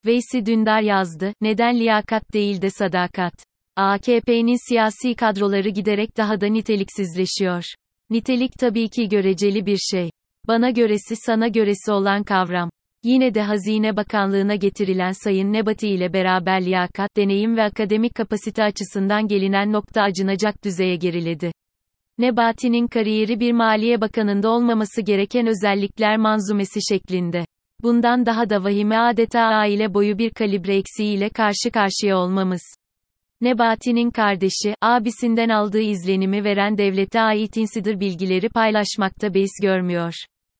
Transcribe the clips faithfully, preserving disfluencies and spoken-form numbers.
Veysi Dündar yazdı, neden liyakat değil de sadakat? A K P'nin siyasi kadroları giderek daha da niteliksizleşiyor. Nitelik tabii ki göreceli bir şey. Bana göresi sana göresi olan kavram. Yine de Hazine Bakanlığı'na getirilen Sayın Nebati ile beraber liyakat, deneyim ve akademik kapasite açısından gelinen nokta acınacak düzeye geriledi. Nebati'nin kariyeri bir Maliye Bakanı'nda olmaması gereken özellikler manzumesi şeklinde. Bundan daha da vahime adeta aile boyu bir kalibre eksiğiyle karşı karşıya olmamız. Nebati'nin kardeşi, abisinden aldığı izlenimi veren devlete ait insider bilgileri paylaşmakta beis görmüyor.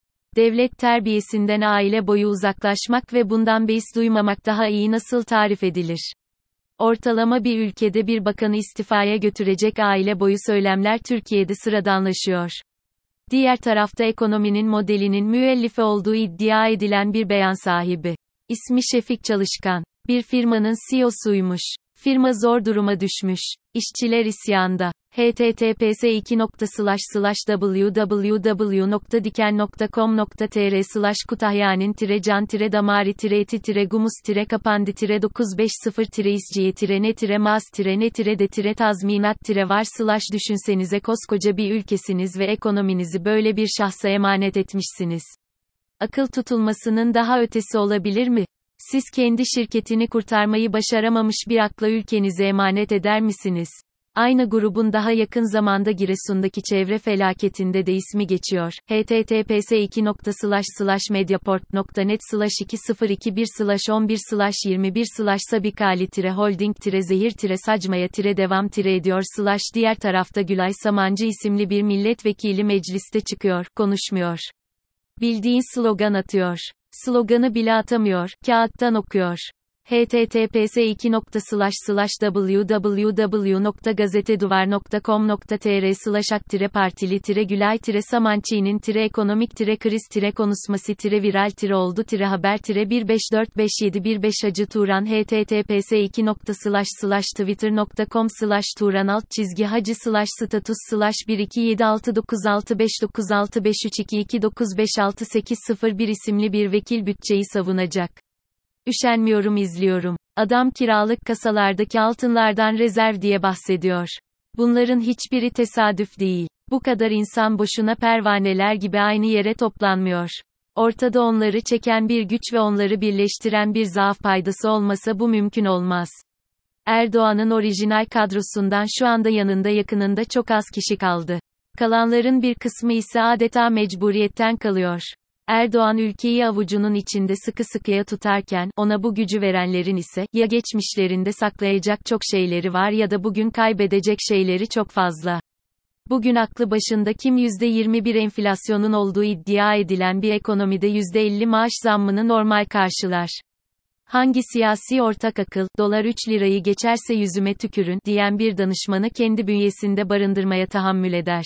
Devlet terbiyesinden aile boyu uzaklaşmak ve bundan beis duymamak daha iyi nasıl tarif edilir? Ortalama bir ülkede bir bakanı istifaya götürecek aile boyu söylemler Türkiye'de sıradanlaşıyor. Diğer tarafta ekonominin modelinin müellifi olduğu iddia edilen bir beyan sahibi. İsmi Şefik Çalışkan. Bir firmanın C E O'suymuş. Firma zor duruma düşmüş. İşçiler isyanda. h t t p s iki nokta slash slash w w w nokta diken nokta com nokta t r slash kutahyanin tire can tire damari tire eti tire gumus tire kapandi tire dokuz beş sıfır tire isciye tire ne tire mas tire ne tire de tire tazminat tire var slash düşünsenize koskoca bir ülkesiniz ve ekonominizi böyle bir şahsa emanet etmişsiniz. Akıl tutulmasının daha ötesi olabilir mi? Siz kendi şirketini kurtarmayı başaramamış bir akla ülkenizi emanet eder misiniz? Aynı grubun daha yakın zamanda Giresun'daki çevre felaketinde de ismi geçiyor. h t t p s iki nokta slash slash mediaport nokta net slash iki sıfır iki bir slash on bir slash yirmi bir slash sabikali tire holding tire zehir tire sacmaya tire devam tire ediyor slash diğer tarafta Gülay Samancı isimli bir milletvekili mecliste çıkıyor, konuşmuyor. Bildiğin slogan atıyor. Sloganı bile atamıyor, kağıttan okuyor. h t t p s iki nokta slash slash w w w nokta gazeteduvar nokta com nokta t r slash ak tire partili tire gülay tire samançi'nin tire ekonomik tire kriz tire konuşması tire viral tire oldu tire haber tire bir beş dört beş yedi bir beş Hacı Turan h t t p s iki nokta slash slash twitter nokta com slash turan alt çizgi hacı slash status slash bir iki yedi altı dokuz altı beş dokuz altı beş üç iki iki dokuz beş altı sekiz sıfır bir isimli bir vekil bütçeyi savunacak. Üşenmiyorum izliyorum. Adam kiralık kasalardaki altınlardan rezerv diye bahsediyor. Bunların hiçbiri tesadüf değil. Bu kadar insan boşuna pervaneler gibi aynı yere toplanmıyor. Ortada onları çeken bir güç ve onları birleştiren bir zaaf paydası olmasa bu mümkün olmaz. Erdoğan'ın orijinal kadrosundan şu anda yanında yakınında çok az kişi kaldı. Kalanların bir kısmı ise adeta mecburiyetten kalıyor. Erdoğan ülkeyi avucunun içinde sıkı sıkıya tutarken, ona bu gücü verenlerin ise, ya geçmişlerinde saklayacak çok şeyleri var ya da bugün kaybedecek şeyleri çok fazla. Bugün aklı başında kim yüzde yirmi bir enflasyonun olduğu iddia edilen bir ekonomide yüzde elli maaş zammını normal karşılar? Hangi siyasi ortak akıl, dolar üç lirayı geçerse yüzüme tükürün, diyen bir danışmanı kendi bünyesinde barındırmaya tahammül eder?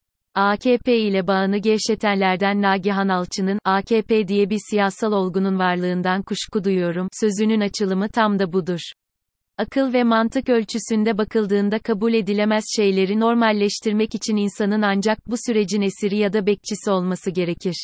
A K P ile bağını gevşetenlerden Nagihan Alçı'nın, A K P diye bir siyasal olgunun varlığından kuşku duyuyorum, sözünün açılımı tam da budur. Akıl ve mantık ölçüsünde bakıldığında kabul edilemez şeyleri normalleştirmek için insanın ancak bu sürecin esiri ya da bekçisi olması gerekir.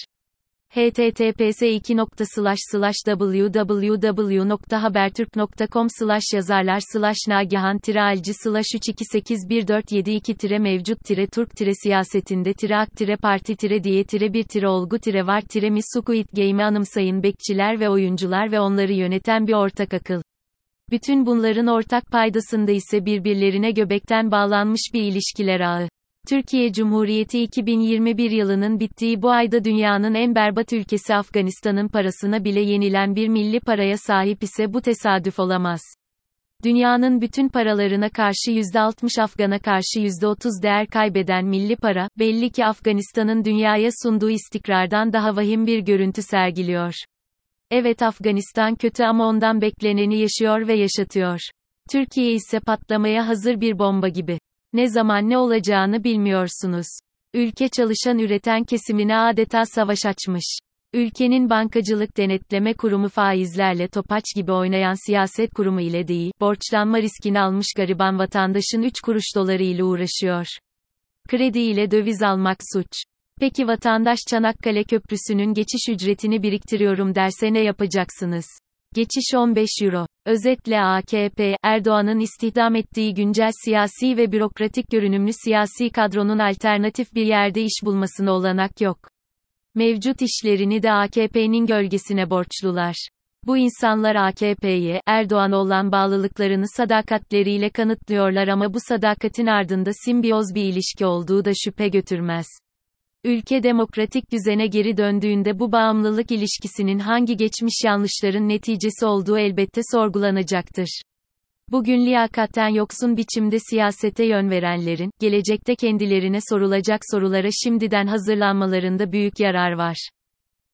h t t p s iki nokta slash slash w w w nokta habertürk nokta com slash yazarlar slash nagihan tire alci slash üç iki sekiz bir dört yedi iki tire mevcut tire turk tire siyasetinde tire ak tire parti tire diye tire bir tire olgu tire var tire mi Squid Game'i anımsayın bekçiler ve oyuncular ve onları yöneten bir ortak akıl. Bütün bunların ortak paydasında ise birbirlerine göbekten bağlanmış bir ilişkiler ağı. Türkiye Cumhuriyeti iki bin yirmi bir yılının bittiği bu ayda dünyanın en berbat ülkesi Afganistan'ın parasına bile yenilen bir milli paraya sahip ise bu tesadüf olamaz. Dünyanın bütün paralarına karşı yüzde altmış Afgan'a karşı yüzde otuz değer kaybeden milli para, belli ki Afganistan'ın dünyaya sunduğu istikrardan daha vahim bir görüntü sergiliyor. Evet Afganistan kötü ama ondan bekleneni yaşıyor ve yaşatıyor. Türkiye ise patlamaya hazır bir bomba gibi. Ne zaman ne olacağını bilmiyorsunuz. Ülke çalışan üreten kesimine adeta savaş açmış. Ülkenin Bankacılık Denetleme Kurumu faizlerle topaç gibi oynayan siyaset kurumu ile değil, borçlanma riskini almış gariban vatandaşın üç kuruş doları ile uğraşıyor. Kredi ile döviz almak suç. Peki vatandaş Çanakkale Köprüsü'nün geçiş ücretini biriktiriyorum derse ne yapacaksınız? Geçiş on beş euro. Özetle A K P, Erdoğan'ın istihdam ettiği güncel siyasi ve bürokratik görünümlü siyasi kadronun alternatif bir yerde iş bulmasına olanak yok. Mevcut işlerini de A K P'nin gölgesine borçlular. Bu insanlar A K P'ye, Erdoğan'a olan bağlılıklarını sadakatleriyle kanıtlıyorlar ama bu sadakatin ardında simbiyoz bir ilişki olduğu da şüphe götürmez. Ülke demokratik düzene geri döndüğünde bu bağımlılık ilişkisinin hangi geçmiş yanlışların neticesi olduğu elbette sorgulanacaktır. Bugün liyakatten yoksun biçimde siyasete yön verenlerin, gelecekte kendilerine sorulacak sorulara şimdiden hazırlanmalarında büyük yarar var.